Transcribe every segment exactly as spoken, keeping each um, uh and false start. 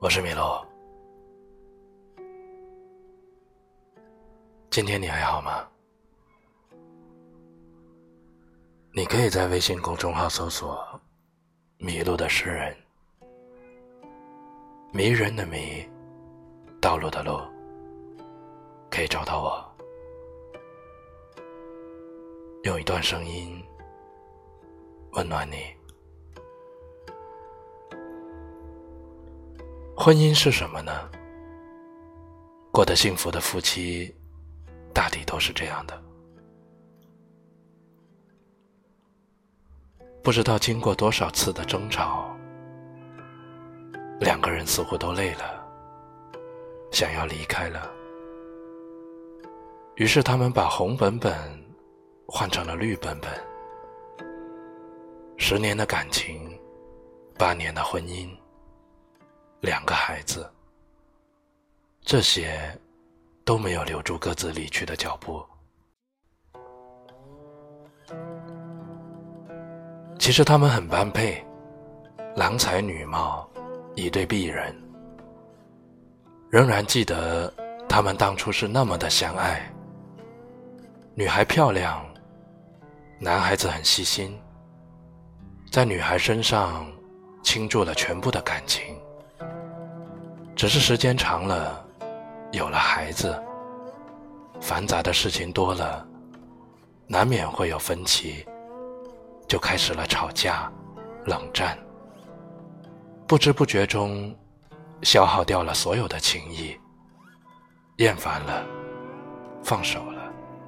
我是米洛。今天你还好吗？你可以在微信公众号搜索迷路的诗人，迷人的迷，道路的路，可以找到我，用一段声音温暖你。婚姻是什么呢？过得幸福的夫妻大抵都是这样的。不知道经过多少次的争吵，两个人似乎都累了，想要离开了。于是他们把红本本换成了绿本本。十年的感情，八年的婚姻，两个孩子，这些都没有留住各自离去的脚步。其实他们很般配，郎才女貌，一对璧人。仍然记得他们当初是那么的相爱。女孩漂亮，男孩子很细心，在女孩身上倾注了全部的感情。只是时间长了，有了孩子，繁杂的事情多了，难免会有分歧，就开始了吵架、冷战。不知不觉中，消耗掉了所有的情谊，厌烦了，放手了。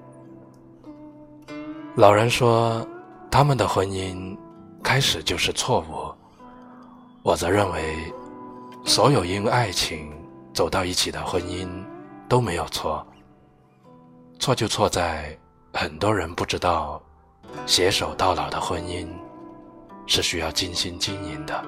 老人说，他们的婚姻开始就是错误，我则认为所有因爱情走到一起的婚姻都没有错，错就错在很多人不知道携手到老的婚姻是需要精心经营的。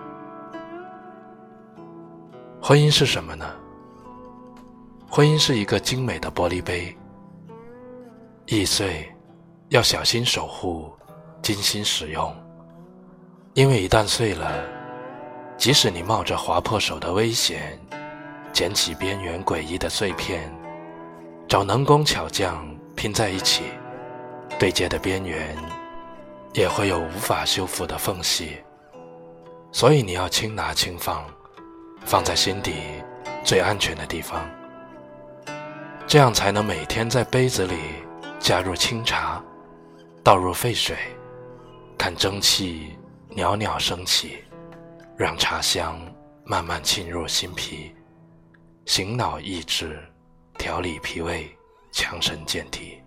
婚姻是什么呢？婚姻是一个精美的玻璃杯，易碎，要小心守护，精心使用，因为一旦碎了，即使你冒着划破手的危险，捡起边缘诡异的碎片，找能工巧匠拼在一起，对接的边缘也会有无法修复的缝隙。所以你要轻拿轻放，放在心底最安全的地方，这样才能每天在杯子里加入清茶，倒入沸水，看蒸汽袅袅升起，让茶香慢慢沁入心脾，醒脑益智，调理脾胃，强身健体。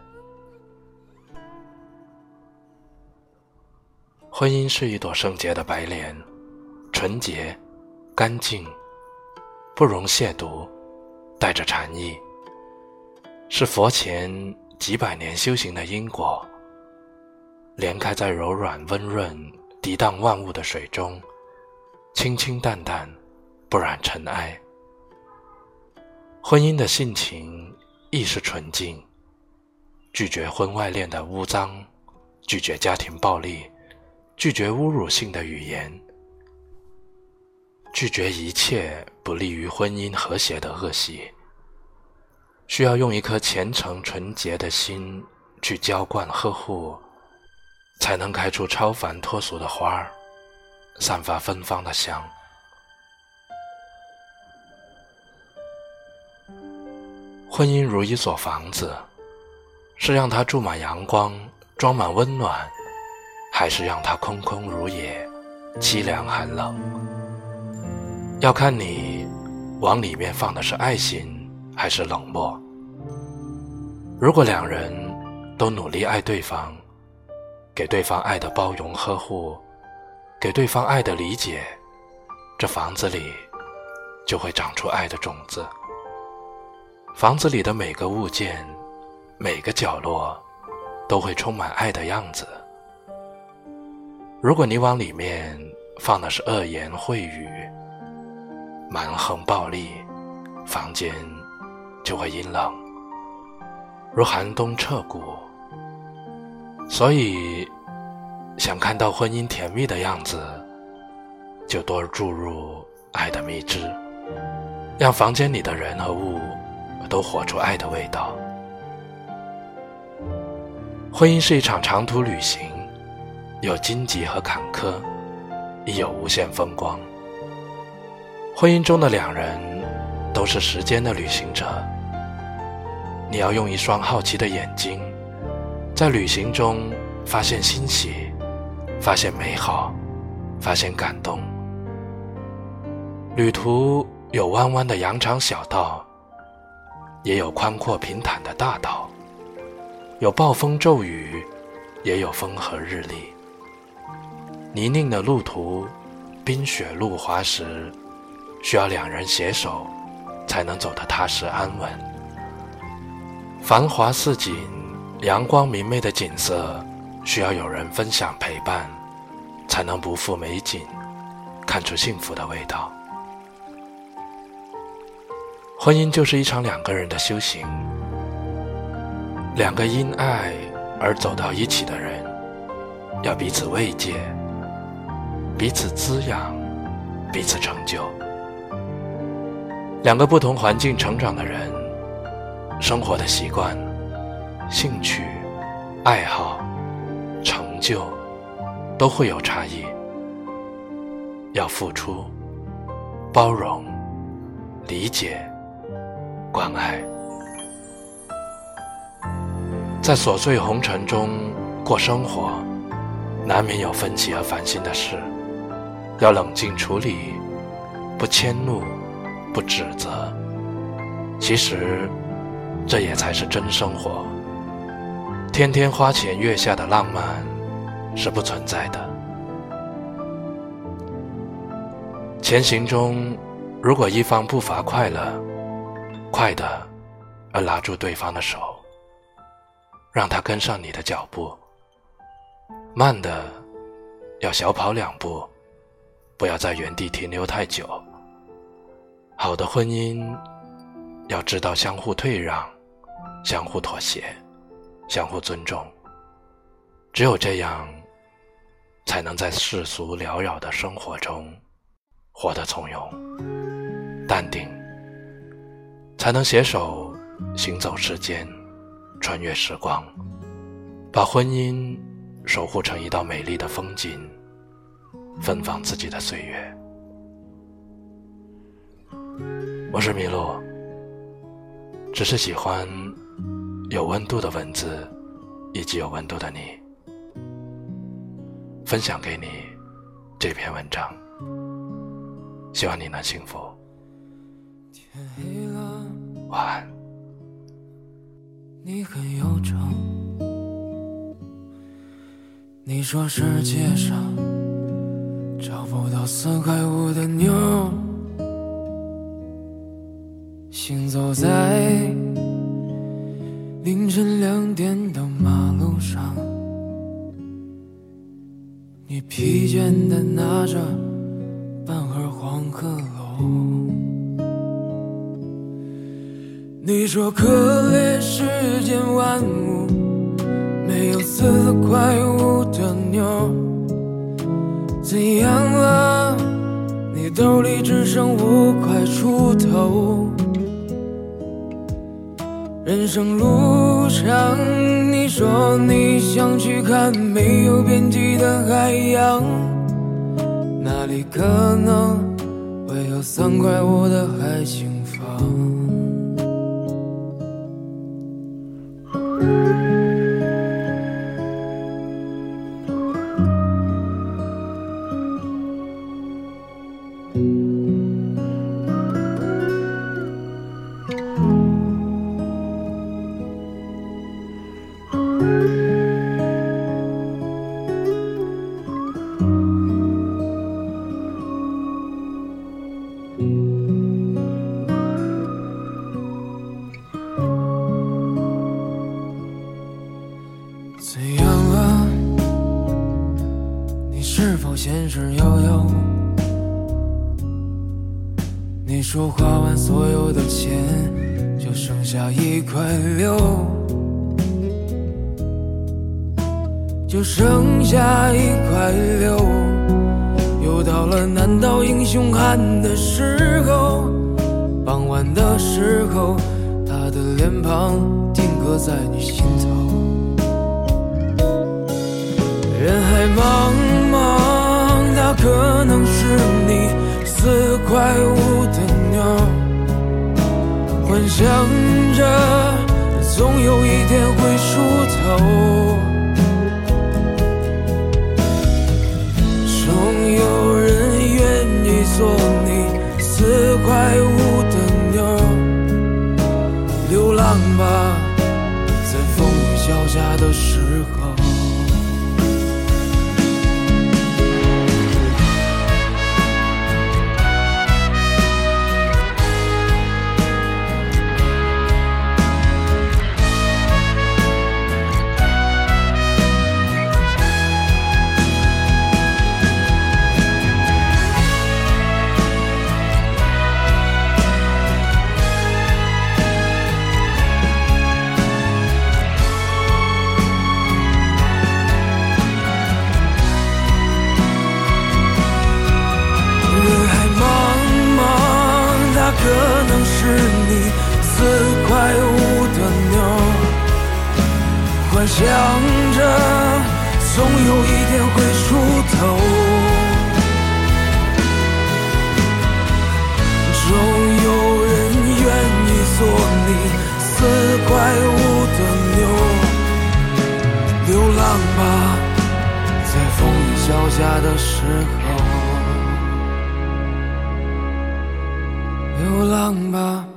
婚姻是一朵圣洁的白莲，纯洁、干净，不容亵渎，带着禅意，是佛前几百年修行的因果。莲开在柔软温润、涤荡万物的水中，清清淡淡，不染尘埃。婚姻的性情亦是纯净，拒绝婚外恋的污脏，拒绝家庭暴力，拒绝侮辱性的语言，拒绝一切不利于婚姻和谐的恶习。需要用一颗虔诚纯洁的心去浇灌呵护，才能开出超凡脱俗的花儿，散发芬芳的香。婚姻如一所房子，是让它注满阳光，装满温暖，还是让它空空如也，凄凉寒冷？要看你往里面放的是爱心还是冷漠。如果两人都努力爱对方，给对方爱的包容呵护，给对方爱的理解，这房子里就会长出爱的种子。房子里的每个物件，每个角落都会充满爱的样子。如果你往里面放的是恶言秽语，蛮横暴力，房间就会阴冷，如寒冬彻骨。所以想看到婚姻甜蜜的样子，就多注入爱的蜜汁。 让房间里的人和物都活出爱的味道。婚姻是一场长途旅行，有荆棘和坎坷，亦有无限风光。婚姻中的两人都是时间的旅行者，你要用一双好奇的眼睛，在旅行中发现欣喜，发现美好，发现感动。旅途有弯弯的羊肠小道，也有宽阔平坦的大道，有暴风骤雨，也有风和日丽。泥泞的路途，冰雪路滑时，需要两人携手才能走得踏实安稳。繁华似锦，阳光明媚的景色，需要有人分享陪伴，才能不负美景，看出幸福的味道。婚姻就是一场两个人的修行，两个因爱而走到一起的人，要彼此慰藉，彼此滋养，彼此成就。两个不同环境成长的人，生活的习惯、兴趣、爱好、成就都会有差异，要付出、包容、理解、关爱。在琐碎红尘中过生活，难免有分歧和烦心的事，要冷静处理，不迁怒，不指责。其实这也才是真生活，天天花前月下的浪漫是不存在的。前行中，如果一方不乏快乐，快的而拉住对方的手，让他跟上你的脚步，慢的要小跑两步，不要在原地停留太久。好的婚姻要知道相互退让，相互妥协，相互尊重，只有这样才能在世俗缭绕的生活中活得从容淡定，才能携手行走世间，穿越时光，把婚姻守护成一道美丽的风景，芬芳自己的岁月。我是麋鹿，只是喜欢有温度的文字以及有温度的你，分享给你这篇文章，希望你能幸福。 天黑了， 晚安。 你很悠长，你说世界上找不到三块五的妞，行走在凌晨两点的马路上，你疲倦地拿着半盒黄鹤楼。你说可怜世间万物，没有四块五的妞，怎样了？你兜里只剩五块出头。人生路上，你说你想去看没有边际的海洋，那里可能会有三块五的海景房。怎样了？你是否闲时悠悠？你说花完所有的钱，就剩下一块六，就剩下一块六，又到了了难倒英雄汉的时候，傍晚的时候，他的脸庞定格在你心头。人海茫茫，它可能是你四块五的鸟，幻想着总有一天会梳头。总有人愿意做你四块五的鸟，流浪吧，在风雨交加的时候。可能是你四块五的鸟，幻想着总有一天会出头。总有人愿意做你四块五的牛，流浪吧，在风雨交加的时候。流浪吧，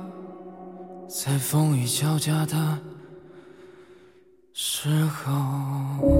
在风雨交加的时候。